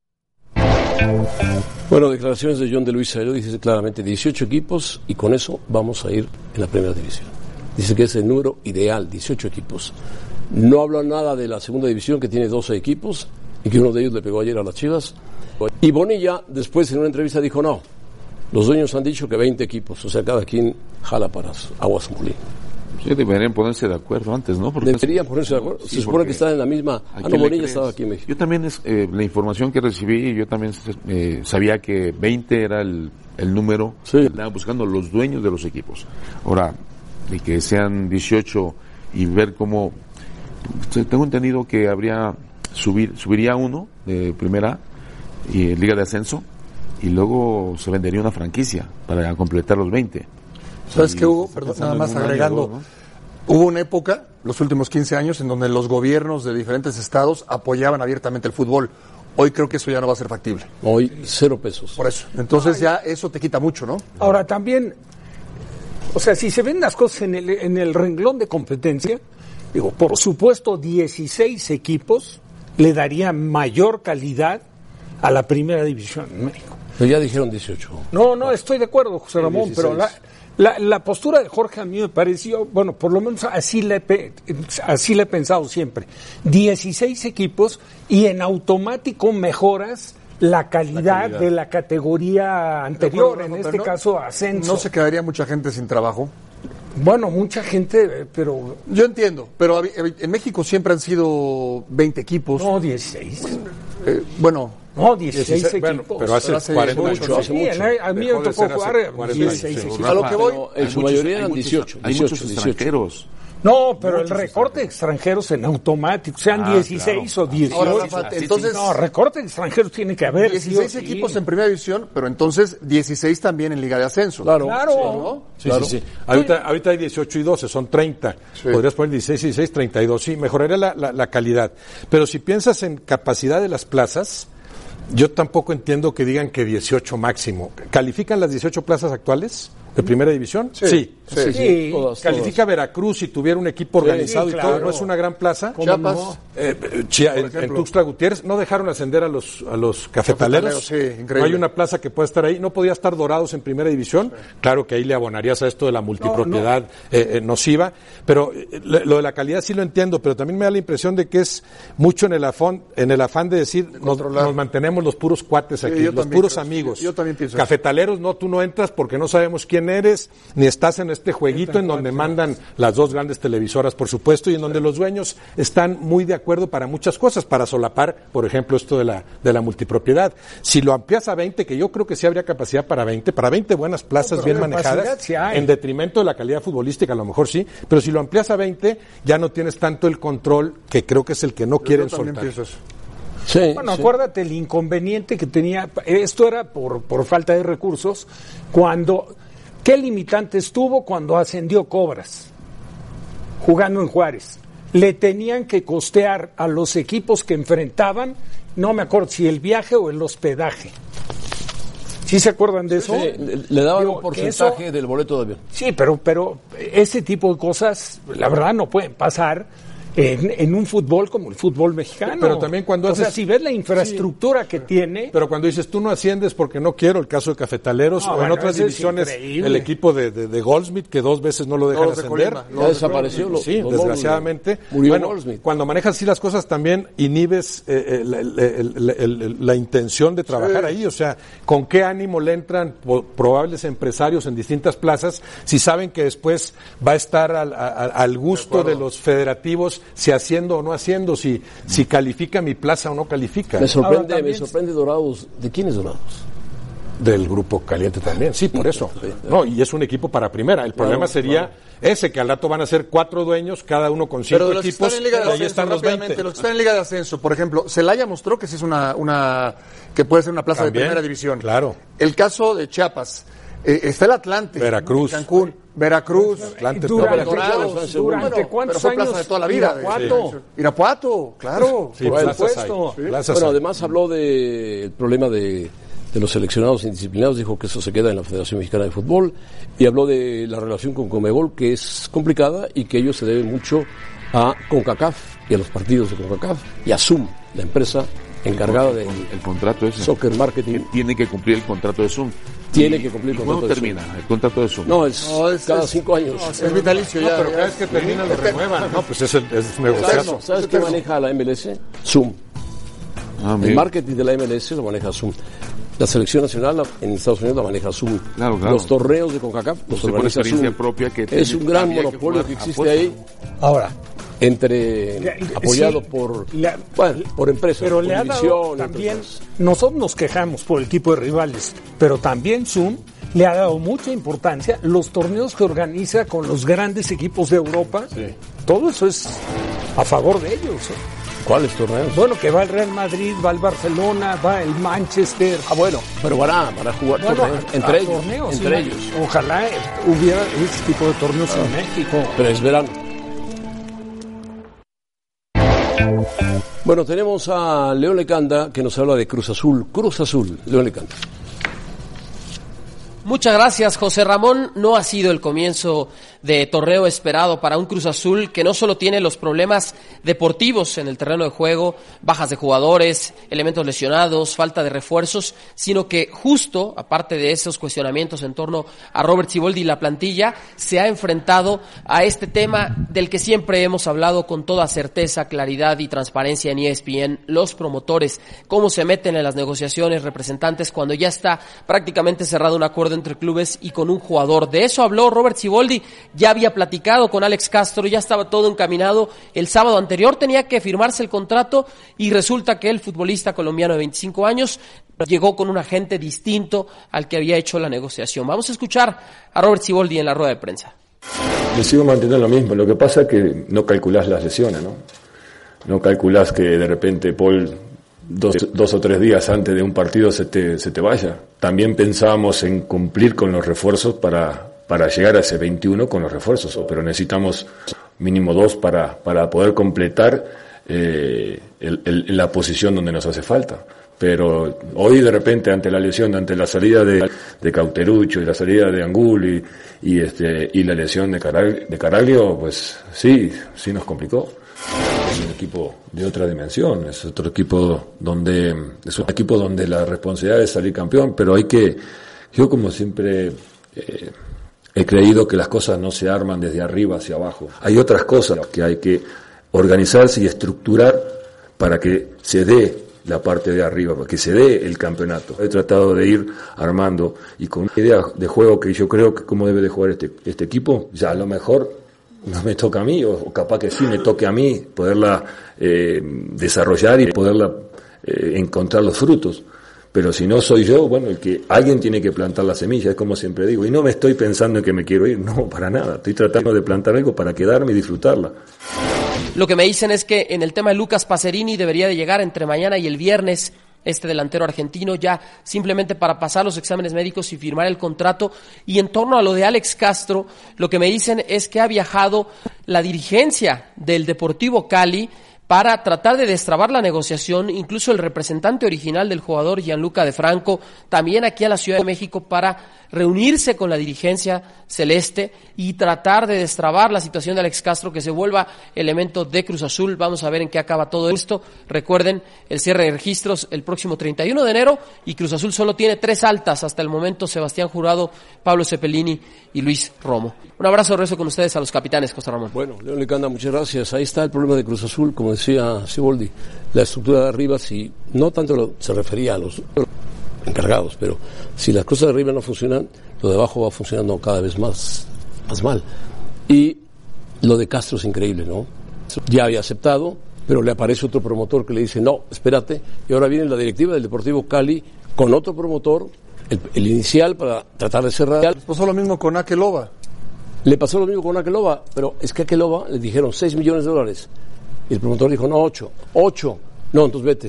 Bueno, declaraciones de John de Luisa, dice claramente dieciocho equipos y con eso vamos a ir en la primera división. Dice que es el número ideal, dieciocho equipos. No habla nada de la segunda división, que tiene doce equipos y que uno de ellos le pegó ayer a las Chivas. Y Bonilla después en una entrevista dijo no, los dueños han dicho que veinte equipos, o sea, cada quien jala para aguas molino. Sí, deberían ponerse de acuerdo antes, ¿no? Porque deberían ponerse de acuerdo. Sí, se supone que están en la misma... Ah, no, Bonilla estaba aquí en México. Yo también, es, eh, la información que recibí, yo también eh, sabía que veinte era el, el número sí. que estaban buscando los dueños de los equipos. Ahora, de que sean dieciocho y ver cómo... Tengo entendido que habría subir subiría uno de primera y Liga de Ascenso, y luego se vendería una franquicia para completar los veinte. ¿Sabes qué, Hugo? Perdón, nada más agregando. Año, ¿no? Hubo una época, los últimos quince años, en donde los gobiernos de diferentes estados apoyaban abiertamente el fútbol. Hoy creo que eso ya no va a ser factible. Hoy, cero pesos. Por eso. Entonces ya eso te quita mucho, ¿no? Ahora también, o sea, si se ven las cosas en el, en el renglón de competencia, digo, por supuesto, dieciséis equipos le daría mayor calidad a la primera división en México. Pero ya dijeron dieciocho. No, no, estoy de acuerdo, José Ramón, dieciséis. Pero la, la, la postura de Jorge a mí me pareció, bueno, por lo menos así le, he, así le he pensado siempre. dieciséis equipos y en automático mejoras la calidad, la calidad. de la categoría anterior, acuerdo, en este no, caso ascenso. ¿No se quedaría mucha gente sin trabajo? Bueno, mucha gente, pero... Yo entiendo, pero en México siempre han sido veinte equipos. No, dieciséis. Eh, bueno... No, dieciséis, dieciséis equipos. Bueno, pero hace, pero hace cuarenta mucho, mucho, hace sí, mucho. A mí me tocó jugar dieciséis equipos. A lo que voy... En su mayoría eran dieciocho. Hay muchos extranjeros. No, pero el recorte de extranjeros en automático, sean ah, dieciséis claro. o dieciocho. Ahora, Rafa, entonces, no, recorte de extranjeros tiene que haber. dieciséis sí, equipos sí. en primera división, pero entonces dieciséis también en Liga de Ascenso. Claro. Claro. Sí, ¿no? sí, claro. sí, sí. Ahorita, ahorita hay dieciocho y doce, son treinta. Sí. Podrías poner dieciséis y dieciséis, treinta y dos. Sí, mejoraría la, la, la calidad. Pero si piensas en capacidad de las plazas, yo tampoco entiendo que digan que dieciocho máximo. ¿Califican las dieciocho plazas actuales de primera división? Sí. sí. Sí, sí, sí. Todas, califica todas. Veracruz si tuviera un equipo organizado sí, claro. y todo, ¿no es una gran plaza? Chiapas, no? eh, Chia, en, en Tuxtla Gutiérrez no dejaron ascender a los a los cafetaleros. cafetaleros sí, no hay una plaza que pueda estar ahí. No podía estar Dorados en primera división. Sí. Claro que ahí le abonarías a esto de la multipropiedad no, no. Eh, eh, nociva, pero eh, lo de la calidad sí lo entiendo, pero también me da la impresión de que es mucho en el afán, en el afán de decir de nos, nos mantenemos los puros cuates aquí, sí, los puros creo, amigos. Yo también pienso Cafetaleros, no, tú no entras porque no sabemos quién eres, ni estás en este jueguito en donde mandan las dos grandes televisoras, por supuesto, y en donde los dueños están muy de acuerdo para muchas cosas, para solapar, por ejemplo, esto de la de la multipropiedad. Si lo amplias a veinte, que yo creo que sí habría capacidad para veinte, para veinte buenas plazas no, bien manejadas, sí en detrimento de la calidad futbolística, a lo mejor sí, pero si lo amplias a veinte, ya no tienes tanto el control, que creo que es el que no yo quieren soltar. Sí, bueno, sí. Acuérdate el inconveniente que tenía, esto era por, por falta de recursos, cuando, ¿qué limitantes tuvo cuando ascendió Cobras, jugando en Juárez? Le tenían que costear a los equipos que enfrentaban, no me acuerdo si el viaje o el hospedaje. ¿Sí se acuerdan de eso? Sí, le, le daban Digo, un porcentaje eso, del boleto de avión. Sí, pero, pero ese tipo de cosas, la verdad, no pueden pasar En, en un fútbol como el fútbol mexicano. Pero también cuando haces... O sea, si ves la infraestructura sí, que tiene... Pero cuando dices, tú no asciendes porque no quiero, el caso de Cafetaleros, no, o bueno, en otras divisiones, el equipo de, de, de Goldsmith, que dos veces no lo dejan no, ascender. De ya desapareció. Lo, sí, lo desgraciadamente. Murió bueno, Goldsmith. Cuando manejas así las cosas también inhibes eh, el, el, el, el, el, la intención de trabajar sí. ahí. O sea, ¿con qué ánimo le entran probables empresarios en distintas plazas si saben que después va a estar al, al, al gusto de, de los federativos si haciendo o no haciendo, si, si califica mi plaza o no califica? Me sorprende, me sorprende Dorados. ¿De quién es Dorados? Del Grupo Caliente también, sí, por eso. No, y es un equipo para primera. El problema claro, sería claro. ese, que al rato van a ser cuatro dueños, cada uno con cinco Pero de los equipos, que están en Liga de y Ascenso, ahí están los veinte. Los que están en Liga de Ascenso, por ejemplo, Celaya mostró que sí es una, una que puede ser una plaza también, de primera división. Claro. El caso de Chiapas, eh, está el Atlante, Veracruz, Cancún, Veracruz, Atlante, durante, Dorados, durante bueno, cuántos pero fue años plaza de toda la vida. Irapuato, sí. Irapuato, claro, sí, por supuesto. Sí. Bueno, además habló del problema de, de los seleccionados indisciplinados, dijo que eso se queda en la Federación Mexicana de Fútbol, y habló de la relación con Conmebol, que es complicada y que ellos se deben mucho a CONCACAF y a los partidos de CONCACAF y a Zoom, la empresa encargada del el contrato ese. Soccer Marketing. Tiene que cumplir el contrato de Zoom. Tiene que cumplir el contrato de Zoom. ¿Cuándo termina el contrato de Zoom? No, es, no, es cada es, cinco años. No, es vitalicio no, ya. pero ya, cada vez que termina lo renuevan. No, pues es, el, es negociado. ¿Sabes, ¿sabes qué maneja la M L S? Zoom. Ah, el marketing de la M L S lo maneja Zoom. La selección nacional en Estados Unidos la maneja Zoom. Claro, claro. Los torneos de CONCACAF los organiza Zoom. Propia que es un gran monopolio que, que existe ahí. Ahora, entre la, apoyado sí, por la, bueno, por empresas, pero por le ha dado también, nosotros nos quejamos por el tipo de rivales, pero también Zoom le ha dado mucha importancia los torneos que organiza con los grandes equipos de Europa. Sí. Todo eso es a favor de ellos. ¿eh? ¿Cuáles torneos? Bueno, que va el Real Madrid, va el Barcelona, va el Manchester. Ah, bueno, pero van a, van a jugar bueno, torneos, a, entre a ellos. Torneos, entre sí, ellos. Ojalá hubiera ese tipo de torneos ah, en México. Pero es verano. Bueno, tenemos a León Lecanda que nos habla de Cruz Azul. Cruz Azul, León Lecanda. Muchas gracias, José Ramón. No ha sido el comienzo de torneo esperado para un Cruz Azul que no solo tiene los problemas deportivos en el terreno de juego, bajas de jugadores, elementos lesionados, falta de refuerzos, sino que justo, aparte de esos cuestionamientos en torno a Robert Siboldi y la plantilla, se ha enfrentado a este tema del que siempre hemos hablado con toda certeza, claridad y transparencia en E S P N, los promotores, cómo se meten en las negociaciones representantes cuando ya está prácticamente cerrado un acuerdo entre clubes y con un jugador. De eso habló Robert Siboldi, ya había platicado con Alex Castro, ya estaba todo encaminado. El sábado anterior tenía que firmarse el contrato y resulta que el futbolista colombiano de veinticinco años llegó con un agente distinto al que había hecho la negociación. Vamos a escuchar a Robert Siboldi en la rueda de prensa. Le sigo manteniendo lo mismo, lo que pasa es que no calculás las lesiones, ¿no? No calculás que de repente Paul Dos, dos o tres días antes de un partido se te, se te vaya. También pensábamos en cumplir con los refuerzos para, para llegar a ese veintiuno con los refuerzos, pero necesitamos mínimo dos para, para poder completar eh, el, el, la posición donde nos hace falta. Pero hoy de repente ante la lesión, ante la salida de, de Cauterucho y la salida de Angul y, y este y la lesión de Caraglio, de Caraglio, pues sí, sí nos complicó. Es un equipo de otra dimensión, es otro equipo donde es un equipo donde la responsabilidad es salir campeón, pero hay que, yo como siempre eh, he creído que las cosas no se arman desde arriba hacia abajo. Hay otras cosas que hay que organizarse y estructurar para que se dé la parte de arriba, para que se dé el campeonato. He tratado de ir armando y con una idea de juego que yo creo que cómo debe de jugar este, este equipo, ya a lo mejor no me toca a mí, o capaz que sí me toque a mí poderla eh, desarrollar y poderla eh, encontrar los frutos. Pero si no soy yo, bueno, el que alguien tiene que plantar la semilla, es como siempre digo. Y no me estoy pensando en que me quiero ir, no, para nada. Estoy tratando de plantar algo para quedarme y disfrutarla. Lo que me dicen es que en el tema de Lucas Pacerini debería de llegar entre mañana y el viernes este delantero argentino, ya simplemente para pasar los exámenes médicos y firmar el contrato. Y en torno a lo de Alex Castro, lo que me dicen es que ha viajado la dirigencia del Deportivo Cali para tratar de destrabar la negociación, incluso el representante original del jugador, Gianluca De Franco, también aquí a la Ciudad de México para reunirse con la dirigencia celeste y tratar de destrabar la situación de Alex Castro, que se vuelva elemento de Cruz Azul. Vamos a ver en qué acaba todo esto. Recuerden, el cierre de registros el próximo treinta y uno de enero y Cruz Azul solo tiene tres altas hasta el momento: Sebastián Jurado, Pablo Cepelini y Luis Romo. Un abrazo de regreso con ustedes a los capitanes, José Ramón. Bueno, León Licanda, muchas gracias. Ahí está el problema de Cruz Azul, como decía Siboldi, la estructura de arriba, si no tanto lo, se refería a los encargados, pero si las cosas de arriba no funcionan, lo de abajo va funcionando cada vez más, más mal. Y lo de Castro es increíble, ¿no? Ya había aceptado, pero le aparece otro promotor que le dice, no, espérate, y ahora viene la directiva del Deportivo Cali con otro promotor, el, el inicial, para tratar de cerrar. Les pasó lo mismo con Akeloba. Le pasó lo mismo con Akeloba, pero es que a Akeloba le dijeron seis millones de dólares. Y el promotor dijo, no, ocho. ocho. No, entonces vete.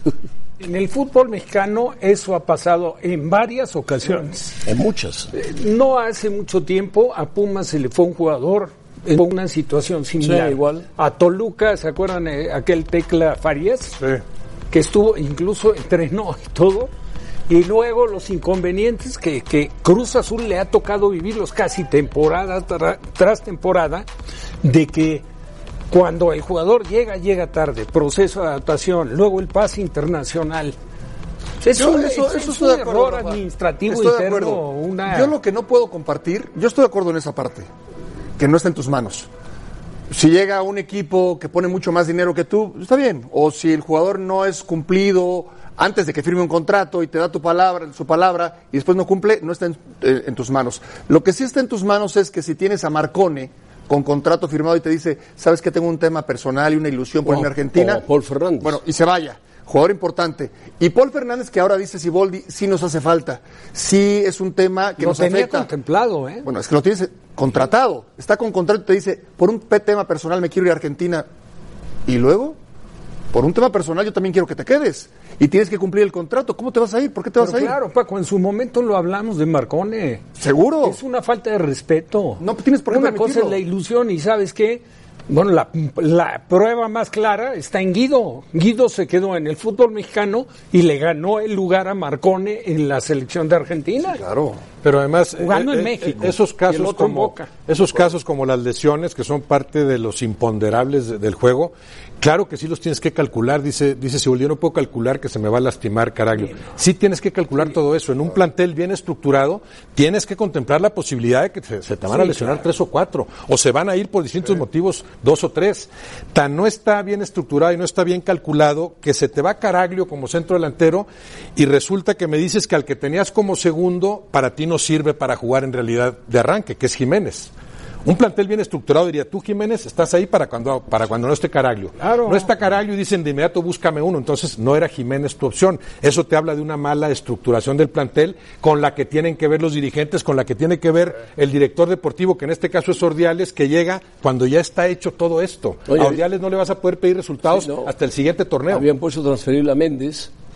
En el fútbol mexicano eso ha pasado en varias ocasiones. En muchas. No hace mucho tiempo a Pumas se le fue un jugador en una situación similar. Sí, igual. A Toluca, ¿se acuerdan eh, aquel Tecla Farías? Sí. Que estuvo, incluso entrenó y todo. Y luego los inconvenientes que, que Cruz Azul le ha tocado vivirlos casi temporada tra, tras temporada, de que cuando el jugador llega, llega tarde, proceso de adaptación, luego el pase internacional. Es yo, un, eso, es, eso es estoy un de acuerdo, error Rafa. administrativo Estoy de interno. acuerdo. Una... Yo lo que no puedo compartir, yo estoy de acuerdo en esa parte, que no está en tus manos. Si llega un equipo que pone mucho más dinero que tú, está bien. O si el jugador no es cumplido antes de que firme un contrato y te da tu palabra, su palabra, y después no cumple, no está en, eh, en tus manos. Lo que sí está en tus manos es que si tienes a Marcone con contrato firmado y te dice, sabes que tengo un tema personal y una ilusión por irme a Argentina. O Paul Fernández. Bueno, y se vaya. Jugador importante. Y Paul Fernández, que ahora dice Siboldi, sí nos hace falta. Sí es un tema que lo nos tenía afecta. contemplado, ¿eh? Bueno, es que lo tienes contratado. Está con contrato y te dice, por un tema personal me quiero ir a Argentina. Y luego, por un tema personal yo también quiero que te quedes. Y tienes que cumplir el contrato. ¿Cómo te vas a ir? ¿Por qué te vas Pero a ir? claro, Paco, en su momento lo hablamos de Marcone. ¿Seguro? Es una falta de respeto. No tienes por qué Una permitirlo. cosa es la ilusión y ¿sabes qué? Bueno, la, la prueba más clara está en Guido. Guido se quedó en el fútbol mexicano y le ganó el lugar a Marcone en la selección de Argentina. Sí, claro. Pero además, jugando eh, en eh, México. esos y el casos otro en como Boca. esos casos como las lesiones, que son parte de los imponderables de- del juego, claro que sí los tienes que calcular. Dice dice Siboldi, yo no puedo calcular que se me va a lastimar Caraglio. Sí tienes que calcular todo eso. En un plantel bien estructurado tienes que contemplar la posibilidad de que se, se te van a Sí, lesionar claro. tres o cuatro, o se van a ir por distintos motivos dos o tres. Tan no está bien estructurado y no está bien calculado que se te va Caraglio como centro delantero y resulta que me dices que al que tenías como segundo para ti no sirve para jugar en realidad de arranque, que es Jiménez. Un plantel bien estructurado diría, tú Jiménez estás ahí para cuando para cuando no esté Caraglio. Claro. No está Caraglio y dicen de inmediato búscame uno, entonces no era Jiménez tu opción. Eso te habla de una mala estructuración del plantel con la que tienen que ver los dirigentes, con la que tiene que ver el director deportivo, que en este caso es Ordiales, que llega cuando ya está hecho todo esto. Oye, a Ordiales no le vas a poder pedir resultados sí, no. hasta el siguiente torneo. Habían puesto a transferir a Méndez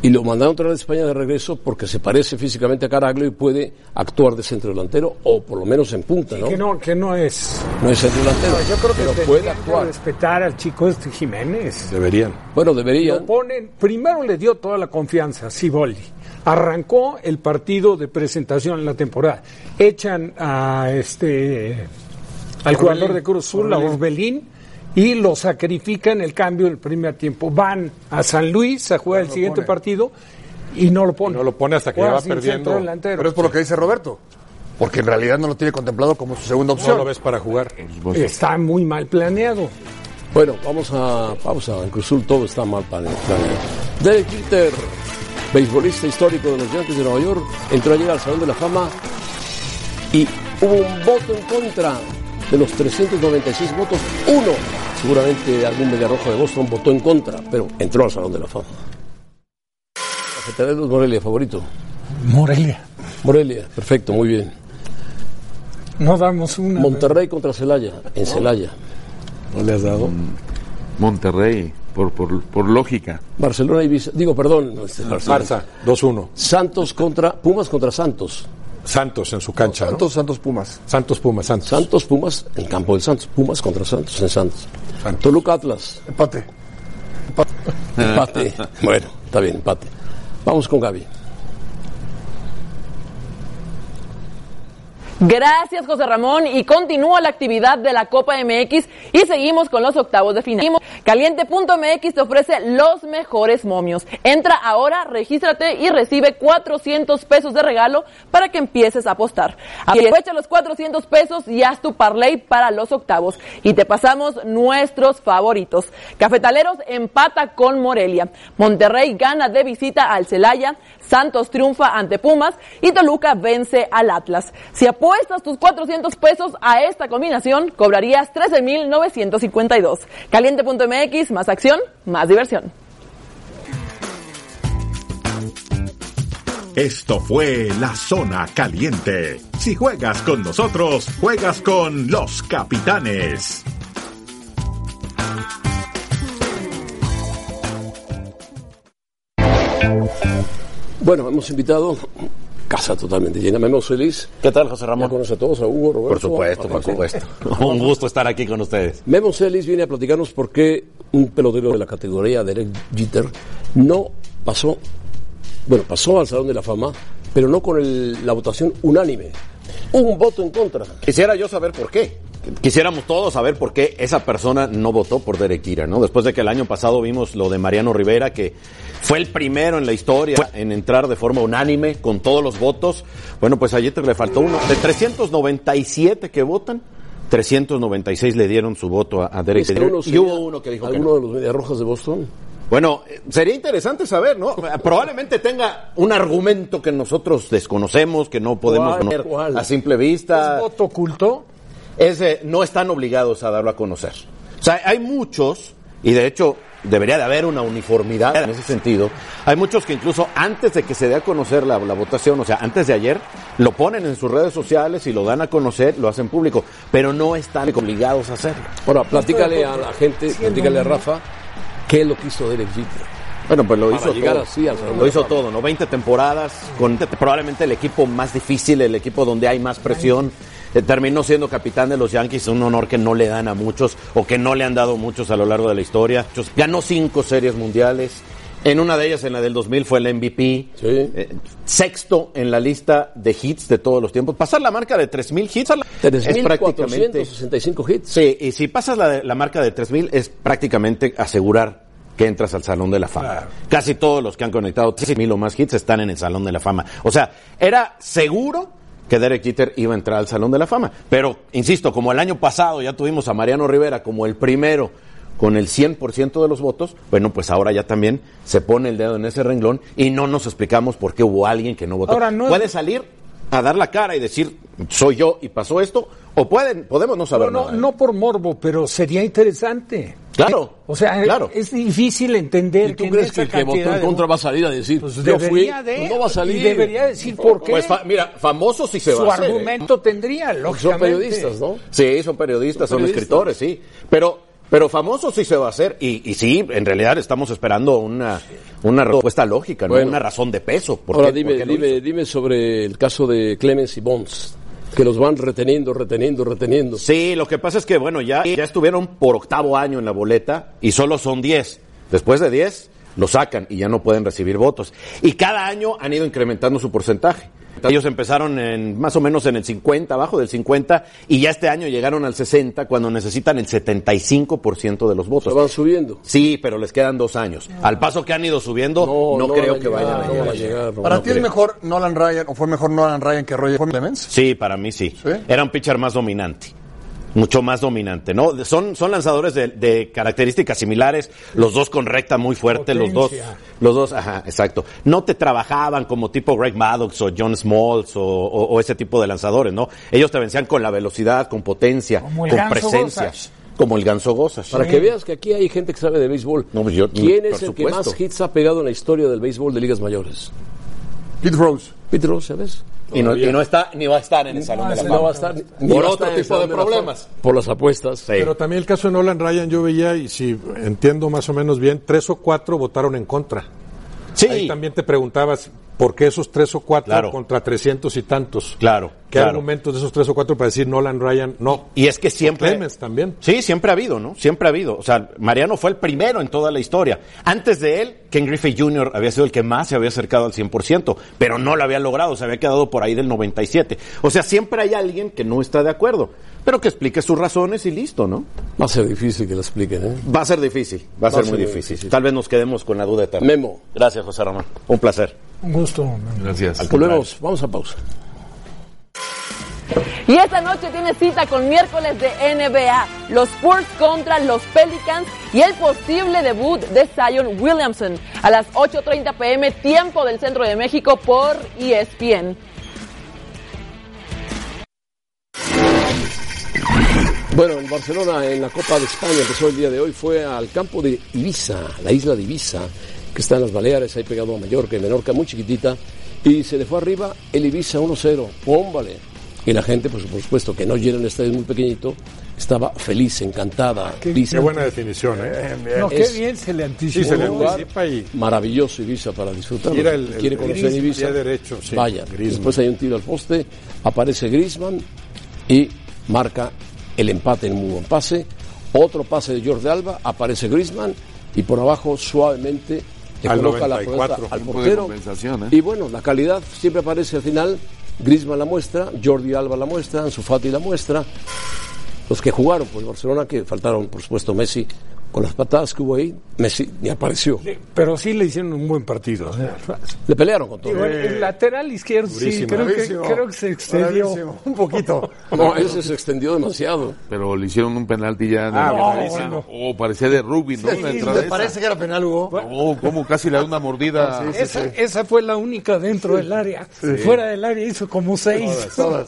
y lo mandaron otra vez a España de regreso porque se parece físicamente a Caraglio y puede actuar de centro delantero o por lo menos en punta, ¿no? Que no, que no es. No es centro delantero, No, yo creo que pero puede actuar. Que respetar al chico este Jiménez. Deberían. Bueno, deberían. Lo ponen, primero le dio toda la confianza a Siboldi. Arrancó el partido de presentación en la temporada. Echan a este al jugador de Cruz Azul, a Orbelín, y lo sacrifican el cambio del primer tiempo. Van a San Luis a jugar el siguiente pone. partido y no lo pone. No lo pone hasta que Juega va sin perdiendo. centro delantero. Pero es por lo que dice Roberto. Porque en realidad no lo tiene contemplado como su segunda opción. No lo ves para jugar. Está muy mal planeado. Bueno, vamos a pausa. En Cruz Azul todo está mal planeado. Derek Jeter, beisbolista histórico de los Yankees de Nueva York, entró ayer al Salón de la Fama y hubo un voto en contra de los trescientos noventa y seis votos. Uno, seguramente algún mediarrojo de Boston votó en contra, pero entró al Salón de la Fama. Cafetaleros Morelia, favorito. Morelia. Morelia, perfecto, muy bien. No damos una. Monterrey contra Celaya, en Celaya. ¿No le has dado? Monterrey, por, por, por lógica. Barcelona y Ibiza, digo, perdón. Este, Barça, dos uno. Santos contra, Pumas contra Santos. Santos en su cancha, Santos, ¿no? Santos Pumas. Santos Pumas, Santos. Santos Pumas en campo del Santos. Pumas contra Santos en Santos. Santos. Toluca Atlas. Empate. Empate. Bueno, está bien, empate. Vamos con Gaby. Gracias, José Ramón, y continúa la actividad de la Copa M X y seguimos con los octavos de final. Caliente punto m x te ofrece los mejores momios. Entra ahora, regístrate y recibe cuatrocientos pesos de regalo para que empieces a apostar. Aprovecha los cuatrocientos pesos y haz tu parlay para los octavos. Y te pasamos nuestros favoritos. Cafetaleros empata con Morelia. Monterrey gana de visita al Celaya. Santos triunfa ante Pumas y Toluca vence al Atlas. Si apuestas tus cuatrocientos pesos a esta combinación, cobrarías trece mil novecientos cincuenta y dos. Caliente punto m x, más acción, más diversión. Esto fue La Zona Caliente. Si juegas con nosotros, juegas con los capitanes. Bueno, hemos invitado, casa totalmente llena, Memo Celis. ¿Qué tal, José Ramón? ¿Ya conoce a todos? A Hugo, Roberto. Por supuesto, por supuesto. Un gusto estar aquí con ustedes. Memo Celis viene a platicarnos por qué un pelotero de la categoría Derek Jeter no pasó, bueno, pasó al Salón de la Fama, pero no con el, la votación unánime. Hubo un voto en contra. Quisiera yo saber por qué. Quisiéramos todos saber por qué esa persona no votó por Derek Jeter, ¿no? Después de que el año pasado vimos lo de Mariano Rivera, que fue el primero en la historia en entrar de forma unánime con todos los votos. Bueno, pues a Jeter le faltó uno. De trescientos noventa y siete que votan, trescientos noventa y seis le dieron su voto a, a Derek Jeter. Y hubo uno que dijo que no. ¿Alguno de los Mediarrojas de Boston? Bueno, sería interesante saber, ¿no? Probablemente tenga un argumento que nosotros desconocemos, que no podemos ¿Cuál? ver ¿Cuál? a simple vista. ¿Es voto oculto? Es, eh, no están obligados a darlo a conocer. O sea, hay muchos, y de hecho debería de haber una uniformidad en ese sentido, hay muchos que incluso antes de que se dé a conocer la, la votación, o sea, antes de ayer, lo ponen en sus redes sociales y lo dan a conocer, lo hacen público, pero no están obligados a hacerlo. Ahora, platícale a la gente, platícale a Rafa, ¿qué es lo que hizo Derek Jeter? Bueno, pues lo Para hizo llegar todo. así al Salón Lo de hizo la Fama. todo, ¿no? veinte temporadas, con probablemente el equipo más difícil, el equipo donde hay más presión. Eh, terminó siendo capitán de los Yankees, un honor que no le dan a muchos, o que no le han dado muchos a lo largo de la historia. Ganó cinco series mundiales. En una de ellas, en la del dos mil, fue el M V P. Sí. Eh, sexto en la lista de hits de todos los tiempos. Pasar la marca de tres mil hits tres es mil prácticamente... cuatrocientos sesenta y cinco hits. Sí, y si pasas la, la marca de tres mil, es prácticamente asegurar que entras al Salón de la Fama. Claro. Casi todos los que han conectado tres mil o más hits están en el Salón de la Fama. O sea, era seguro que Derek Jeter iba a entrar al Salón de la Fama. Pero, insisto, como el año pasado ya tuvimos a Mariano Rivera como el primero con el cien por ciento de los votos, bueno, pues ahora ya también se pone el dedo en ese renglón y no nos explicamos por qué hubo alguien que no votó. Ahora, no Puede es... salir a dar la cara y decir, soy yo y pasó esto, o pueden, podemos no saber no, no, nada. ¿eh? No por morbo, pero sería interesante. Claro. O sea, claro. es difícil entender. ¿Y tú que crees en que el que votó en contra va a salir a decir, pues yo fui, de, no va a salir? Y debería decir por qué. Pues fa mira, famoso sí se Su va a hacer. argumento ¿eh? tendría, lógicamente. Son periodistas, ¿no? Sí, son periodistas, son, son periodistas. escritores, sí. Pero, Pero famoso sí se va a hacer. Y, y sí, en realidad estamos esperando una, una respuesta lógica, bueno, no una razón de peso. ¿Por ahora qué, dime, por qué dime, dime sobre el caso de Clemens y Bonds, que los van reteniendo, reteniendo, reteniendo. Sí, lo que pasa es que, bueno, ya, ya estuvieron por octavo año en la boleta y solo son diez. Después de diez, lo sacan y ya no pueden recibir votos. Y cada año han ido incrementando su porcentaje. Ellos empezaron en más o menos en el cincuenta, abajo del cincuenta, y ya este año llegaron al sesenta cuando necesitan el setenta y cinco por ciento de los votos. Se van subiendo. Sí, pero les quedan dos años. Al paso que han ido subiendo, no, no, no creo que vayan a llegar. No llegar no, ¿Para no ti creo. es mejor Nolan Ryan, o fue mejor Nolan Ryan que Roger Clemens? Sí, para mí sí. ¿Sí? Era un pitcher más dominante. Mucho más dominante, ¿no? Son, son lanzadores de, de características similares, los dos con recta muy fuerte, Potencia. los dos, los dos, ajá, exacto. No te trabajaban como tipo Greg Maddux o John Smoltz o, o, o ese tipo de lanzadores, ¿no? Ellos te vencían con la velocidad, con potencia, con presencia. Gozas. Como el Ganso Gozas. Para sí. que veas que aquí hay gente que sabe de béisbol. No, yo, ¿Quién es el supuesto. que más hits ha pegado en la historia del béisbol de ligas mayores? Pete Rose. Pete Rose, ¿sabes? Y no, y no está ni va a estar en el Salón de la Fama. No va a estar ni por va otro estar tipo de problemas. Por las apuestas. Sí. Pero también el caso de Nolan Ryan, yo veía, y si entiendo más o menos bien, tres o cuatro votaron en contra. Sí. Ahí también te preguntabas, ¿por qué esos tres o cuatro claro. contra trescientos y tantos? Claro. ¿Qué claro. argumentos de esos tres o cuatro para decir Nolan Ryan no? Y es que siempre... Clemens también. Sí, siempre ha habido, ¿no? Siempre ha habido. O sea, Mariano fue el primero en toda la historia. Antes de él, Ken Griffey junior había sido el que más se había acercado al cien por ciento, pero no lo había logrado, se había quedado por ahí del noventa y siete. O sea, siempre hay alguien que no está de acuerdo, pero que explique sus razones y listo, ¿no? Va a ser difícil que lo expliquen, ¿eh? Va a ser difícil, va a, va ser, a ser muy difícil. difícil. Tal vez nos quedemos con la duda eterna. Memo. Gracias, José Ramón. Un placer. Un gusto. Gracias. Volvemos, vamos a pausa. Y esta noche tiene cita con miércoles de N B A, los Spurs contra los Pelicans y el posible debut de Zion Williamson a las ocho treinta pm, tiempo del centro de México por E S P N. Bueno, el Barcelona en la Copa de España empezó el día de hoy, fue al campo de Ibiza, la isla de Ibiza, que está en las Baleares, ahí pegado a Mallorca, en Menorca, muy chiquitita, y se le fue arriba el Ibiza uno cero, ¡pómbale! Y la gente, pues por supuesto, que no llena el estadio muy pequeñito, estaba feliz, encantada. Qué, qué buena definición, ¿eh? No, qué bien se le anticipa. Sí, se le anticipa y... Maravilloso Ibiza para disfrutarlo. Mira el, si quiere el, conocer el Ibiza, derecho, sí, vaya. Griezmann. Después hay un tiro al poste, aparece Griezmann y marca el empate en muy buen pase. Otro pase de Jordi Alba, aparece Griezmann y por abajo suavemente le al coloca noventa y cuatro, la pelota al portero. ¿eh? Y bueno, la calidad siempre aparece al final. Griezmann la muestra, Jordi Alba la muestra, Ansu Fati la muestra. Los que jugaron por el Barcelona, que faltaron, por supuesto, Messi, con las patadas que hubo ahí, Messi ni apareció. Pero sí le hicieron un buen partido. Le pelearon con todo. Igual, el lateral izquierdo, sí, creo que, creo que se extendió Bravísimo. un poquito. No, ese se extendió demasiado. Pero le hicieron un penalti ya. Ah, de... no, bueno. Oh, parecía de rugby, ¿no? Sí, ¿te parece que era penal, Hugo? Oh, como casi le da una mordida. No, sí, sí, esa, sí. esa fue la única dentro del área. Sí. Fuera del área hizo como seis. Todas, todas.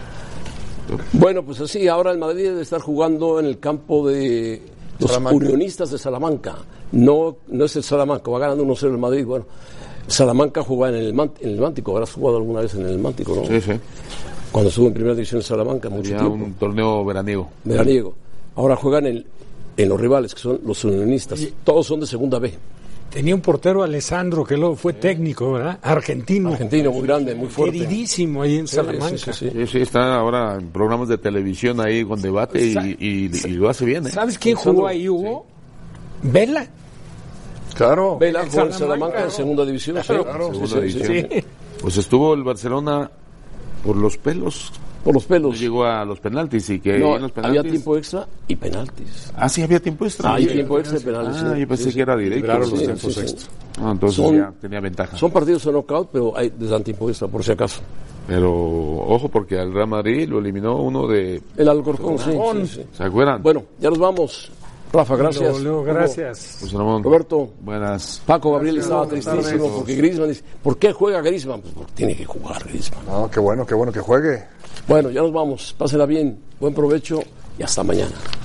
Bueno, pues así, ahora el Madrid debe estar jugando en el campo de los Salamanca. Unionistas de Salamanca. No, no es el Salamanca, va ganando uno cero el Madrid. Bueno, Salamanca jugaba en el, en el Mántico, habrás jugado alguna vez en el Mántico, ¿no? Sí, sí. Cuando estuvo en primera división en Salamanca, mucho ya tiempo. Un torneo veraniego. Veraniego. Ahora juegan en, en los rivales, que son los Unionistas. Y todos son de segunda B. Tenía un portero, Alessandro, que luego fue técnico, ¿verdad? Argentino. Argentino, muy grande, muy fuerte. Queridísimo ahí en Salamanca. Sí, sí, sí. Sí, sí, está ahora en programas de televisión ahí con debate y, y, y lo hace bien, ¿eh? ¿Sabes quién jugó ahí, Hugo? Vela. Claro. Vela jugó en Salamanca en segunda división. Claro, sí. claro. Segunda Sí, división. sí, sí. Pues estuvo el Barcelona por los pelos. Por los pelos. No llegó a los penaltis y que no, en los penaltis... había tiempo extra y penaltis. Ah, sí, había tiempo extra. Ah, hay tiempo extra y penaltis. Ah, sí. yo pensé sí, que era directo. Libraron Sí, los sí, tiempos sí, extra. sí. Ah, entonces son, ya tenía ventaja. Son partidos de knockout, pero hay, les dan tiempo extra, por si acaso. Pero ojo, porque al Real Madrid lo eliminó uno de... El Alcorcón, sí, sí, sí. ¿Se acuerdan? Bueno, ya nos vamos. Rafa, gracias. Leo, Leo, gracias. Pues, Ramón, Roberto. Buenas. Paco Gabriel Gracias, estaba buenas tristísimo tardes. porque Griezmann dice, ¿por qué juega Griezmann? Pues porque tiene que jugar Griezmann. No, qué bueno, qué bueno que juegue. Bueno, ya nos vamos. Pásela bien, buen provecho y hasta mañana.